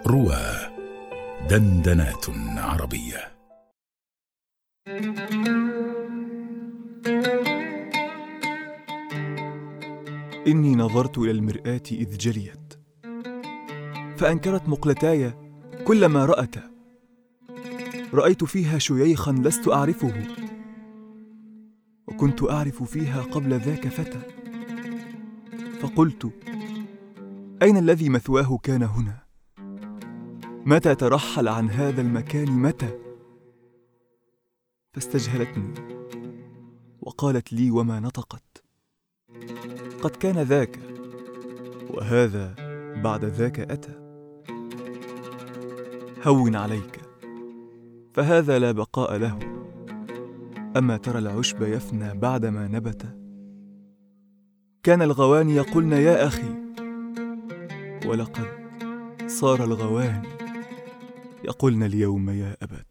روى دندنات عربية. إني نظرت إلى المرآة إذ جليت، فأنكرت مقلتاي كل ما رأتا. رأيت فيها شييخا لست أعرفه، وكنت أعرف فيها قبل ذاك فتى. فقلت: أين الذي مثواه كان هنا؟ متى ترحل عن هذا المكان متى؟ فاستجهلتني وقالت لي وما نطقت: قد كان ذاك، وهذا بعد ذاك أتى. هون عليك، فهذا لا بقاء له. أما ترى العشب يفنى بعدما نبت؟ كان الغواني يقولن يا أخي، ولقد صار الغواني يقولن اليوم يا أبت.